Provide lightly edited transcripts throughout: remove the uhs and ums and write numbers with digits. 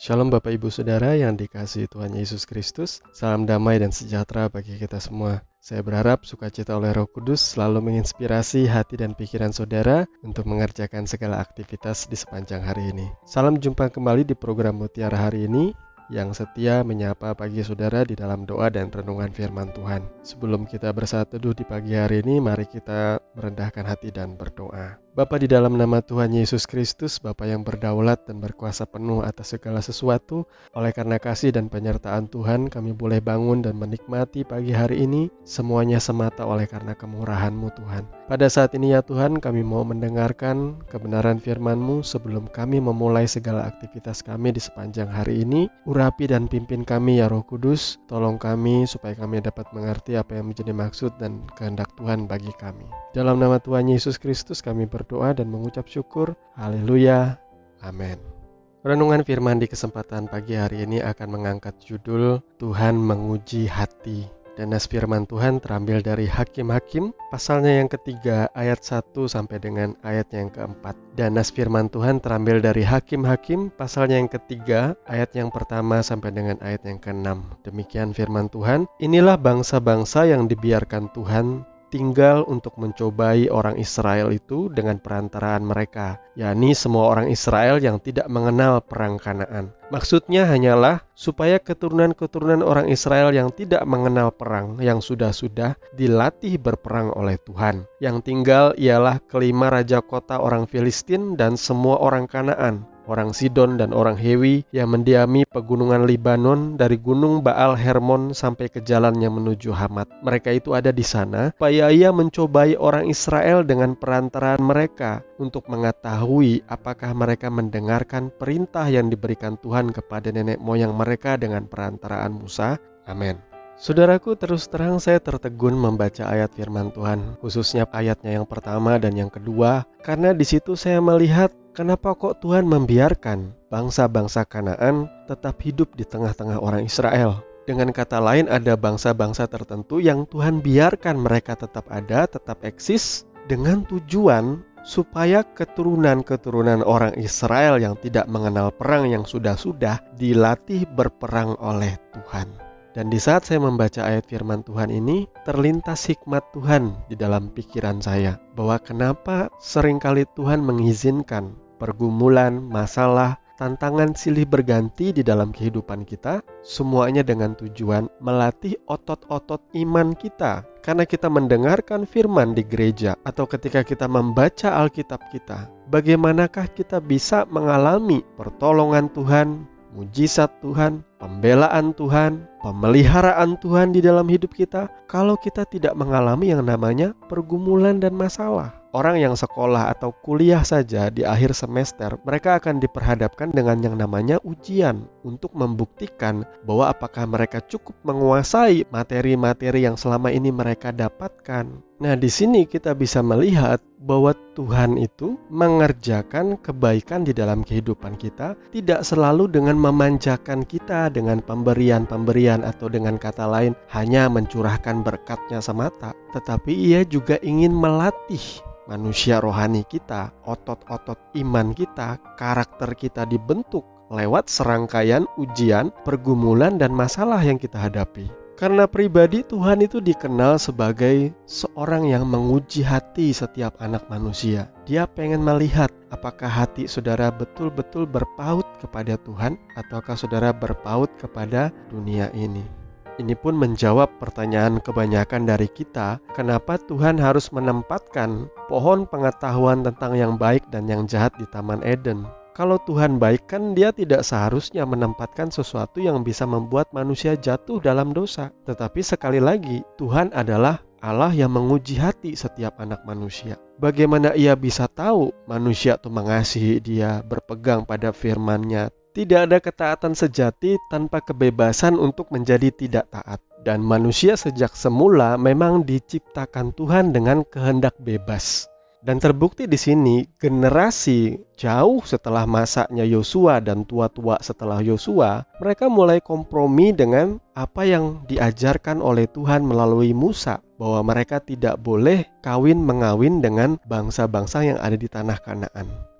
Shalom Bapak Ibu Saudara yang dikasihi Tuhan Yesus Kristus. Salam damai dan sejahtera bagi kita semua. Saya berharap sukacita oleh Roh Kudus selalu menginspirasi hati dan pikiran saudara untuk mengerjakan segala aktivitas di sepanjang hari ini. Salam jumpa kembali di program Mutiara hari ini yang setia menyapa pagi saudara di dalam doa dan renungan firman Tuhan. Sebelum kita bersatu teduh di pagi hari ini, mari kita merendahkan hati dan berdoa. Bapa, di dalam nama Tuhan Yesus Kristus, Bapa yang berdaulat dan berkuasa penuh atas segala sesuatu, oleh karena kasih dan penyertaan Tuhan, kami boleh bangun dan menikmati pagi hari ini, semuanya semata oleh karena kemurahan-Mu Tuhan. Pada saat ini ya Tuhan, kami mau mendengarkan kebenaran firman-Mu sebelum kami memulai segala aktivitas kami di sepanjang hari ini. Urapi dan pimpin kami ya Roh Kudus, tolong kami supaya kami dapat mengerti apa yang menjadi maksud dan kehendak Tuhan bagi kami. Dalam nama Tuhan Yesus Kristus kami berdoa dan mengucap syukur. Haleluya. Amin. Renungan firman di kesempatan pagi hari ini akan mengangkat judul Tuhan menguji hati. Dan nas firman Tuhan terambil dari Hakim-Hakim pasalnya yang ketiga ayat 1 sampai dengan ayat yang keempat. Dan nas firman Tuhan terambil dari Hakim-Hakim pasalnya yang ketiga ayat yang pertama sampai dengan ayat yang keenam. Demikian firman Tuhan, inilah bangsa-bangsa yang dibiarkan Tuhan tinggal untuk mencobai orang Israel itu dengan perantaraan mereka, yakni semua orang Israel yang tidak mengenal perang Kanaan. Maksudnya hanyalah supaya keturunan-keturunan orang Israel yang tidak mengenal perang, yang sudah-sudah dilatih berperang oleh Tuhan. Yang tinggal ialah kelima raja kota orang Filistin dan semua orang Kanaan, orang Sidon dan orang Hewi yang mendiami pegunungan Libanon dari gunung Baal Hermon sampai ke jalan yang menuju Hamat. Mereka itu ada di sana supaya ia mencobai orang Israel dengan perantaraan mereka untuk mengetahui apakah mereka mendengarkan perintah yang diberikan Tuhan kepada nenek moyang mereka dengan perantaraan Musa. Amin. Saudaraku, terus terang saya tertegun membaca ayat firman Tuhan, khususnya ayatnya yang pertama dan yang kedua, karena di situ saya melihat kenapa kok Tuhan membiarkan bangsa-bangsa Kanaan tetap hidup di tengah-tengah orang Israel. Dengan kata lain, ada bangsa-bangsa tertentu yang Tuhan biarkan mereka tetap ada, tetap eksis, dengan tujuan supaya keturunan-keturunan orang Israel yang tidak mengenal perang yang sudah-sudah dilatih berperang oleh Tuhan. Dan di saat saya membaca ayat firman Tuhan ini, terlintas hikmat Tuhan di dalam pikiran saya, bahwa kenapa seringkali Tuhan mengizinkan pergumulan, masalah, tantangan silih berganti di dalam kehidupan kita, semuanya dengan tujuan melatih otot-otot iman kita. Karena kita mendengarkan firman di gereja atau ketika kita membaca Alkitab kita, bagaimanakah kita bisa mengalami pertolongan Tuhan, mujizat Tuhan, pembelaan Tuhan, pemeliharaan Tuhan di dalam hidup kita kalau kita tidak mengalami yang namanya pergumulan dan masalah. Orang yang sekolah atau kuliah saja di akhir semester, mereka akan diperhadapkan dengan yang namanya ujian untuk membuktikan bahwa apakah mereka cukup menguasai materi-materi yang selama ini mereka dapatkan. Nah, di sini kita bisa melihat bahwa Tuhan itu mengerjakan kebaikan di dalam kehidupan kita tidak selalu dengan memanjakan kita dengan pemberian-pemberian atau dengan kata lain hanya mencurahkan berkatnya semata, tetapi ia juga ingin melatih manusia rohani kita, otot-otot iman kita, karakter kita dibentuk lewat serangkaian ujian, pergumulan, dan masalah yang kita hadapi. Karena pribadi Tuhan itu dikenal sebagai seorang yang menguji hati setiap anak manusia. Dia pengen melihat apakah hati saudara betul-betul berpaut kepada Tuhan ataukah saudara berpaut kepada dunia ini. Ini pun menjawab pertanyaan kebanyakan dari kita, kenapa Tuhan harus menempatkan pohon pengetahuan tentang yang baik dan yang jahat di Taman Eden. Kalau Tuhan baik kan dia tidak seharusnya menempatkan sesuatu yang bisa membuat manusia jatuh dalam dosa. Tetapi sekali lagi, Tuhan adalah Allah yang menguji hati setiap anak manusia. Bagaimana ia bisa tahu manusia itu mengasihi dia, berpegang pada firman-Nya? Tidak ada ketaatan sejati tanpa kebebasan untuk menjadi tidak taat. Dan manusia sejak semula memang diciptakan Tuhan dengan kehendak bebas. Dan terbukti di sini generasi jauh setelah masanya Yosua dan tua-tua setelah Yosua, mereka mulai kompromi dengan apa yang diajarkan oleh Tuhan melalui Musa, bahwa mereka tidak boleh kawin-mengawin dengan bangsa-bangsa yang ada di tanah Kanaan.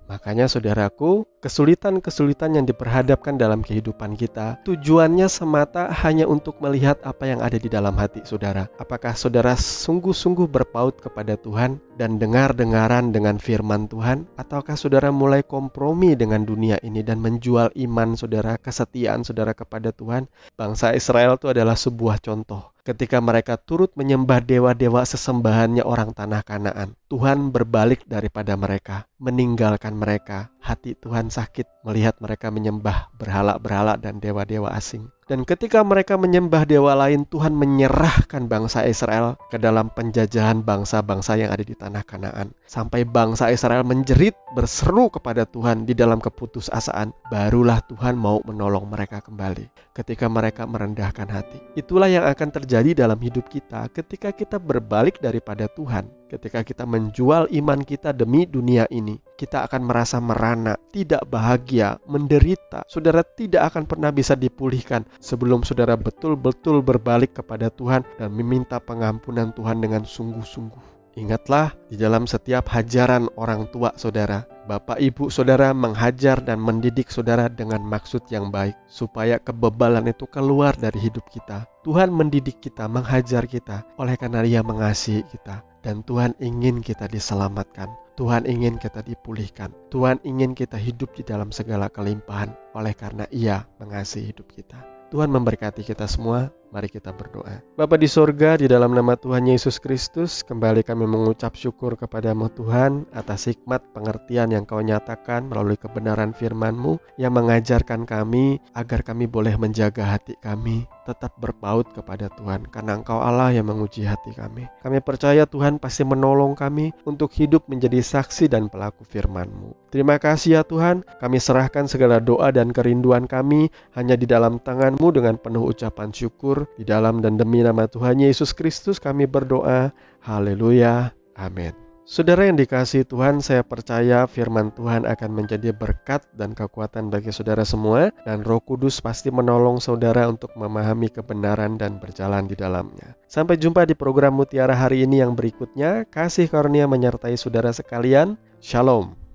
Makanya saudaraku, kesulitan-kesulitan yang diperhadapkan dalam kehidupan kita, tujuannya semata hanya untuk melihat apa yang ada di dalam hati saudara. Apakah saudara sungguh-sungguh berpaut kepada Tuhan dan dengar-dengaran dengan firman Tuhan? Ataukah saudara mulai kompromi dengan dunia ini dan menjual iman saudara, kesetiaan saudara kepada Tuhan? Bangsa Israel itu adalah sebuah contoh. Ketika mereka turut menyembah dewa-dewa sesembahannya orang tanah Kanaan, Tuhan berbalik daripada mereka, meninggalkan mereka. Hati Tuhan sakit melihat mereka menyembah berhala-berhala dan dewa-dewa asing. Dan ketika mereka menyembah dewa lain, Tuhan menyerahkan bangsa Israel ke dalam penjajahan bangsa-bangsa yang ada di tanah Kanaan. Sampai bangsa Israel menjerit, berseru kepada Tuhan di dalam keputusasaan. Barulah Tuhan mau menolong mereka kembali. Ketika mereka merendahkan hati. Itulah yang akan terjadi dalam hidup kita ketika kita berbalik daripada Tuhan. Ketika kita menjual iman kita demi dunia ini, kita akan merasa merana, tidak bahagia, menderita. Saudara tidak akan pernah bisa dipulihkan sebelum saudara betul-betul berbalik kepada Tuhan dan meminta pengampunan Tuhan dengan sungguh-sungguh. Ingatlah, di dalam setiap hajaran orang tua saudara, bapak ibu saudara menghajar dan mendidik saudara dengan maksud yang baik, supaya kebebalan itu keluar dari hidup kita. Tuhan mendidik kita, menghajar kita, oleh karena Dia mengasihi kita. Dan Tuhan ingin kita diselamatkan. Tuhan ingin kita dipulihkan. Tuhan ingin kita hidup di dalam segala kelimpahan, oleh karena Ia mengasihi hidup kita. Tuhan memberkati kita semua. Mari kita berdoa. Bapa di sorga, di dalam nama Tuhan Yesus Kristus, kembali kami mengucap syukur kepada-Mu Tuhan atas hikmat pengertian yang Kau nyatakan melalui kebenaran firman-Mu yang mengajarkan kami agar kami boleh menjaga hati kami tetap berpaut kepada Tuhan, karena Engkau Allah yang menguji hati kami. Kami percaya Tuhan pasti menolong kami untuk hidup menjadi saksi dan pelaku firman-Mu. Terima kasih ya Tuhan, kami serahkan segala doa dan kerinduan kami hanya di dalam tangan-Mu dengan penuh ucapan syukur. Di dalam dan demi nama Tuhan Yesus Kristus kami berdoa. Haleluya. Amin. Saudara yang dikasihi Tuhan, saya percaya firman Tuhan akan menjadi berkat dan kekuatan bagi saudara semua, dan Roh Kudus pasti menolong saudara untuk memahami kebenaran dan berjalan di dalamnya. Sampai jumpa di program Mutiara hari ini yang berikutnya. Kasih karunia menyertai saudara sekalian. Shalom.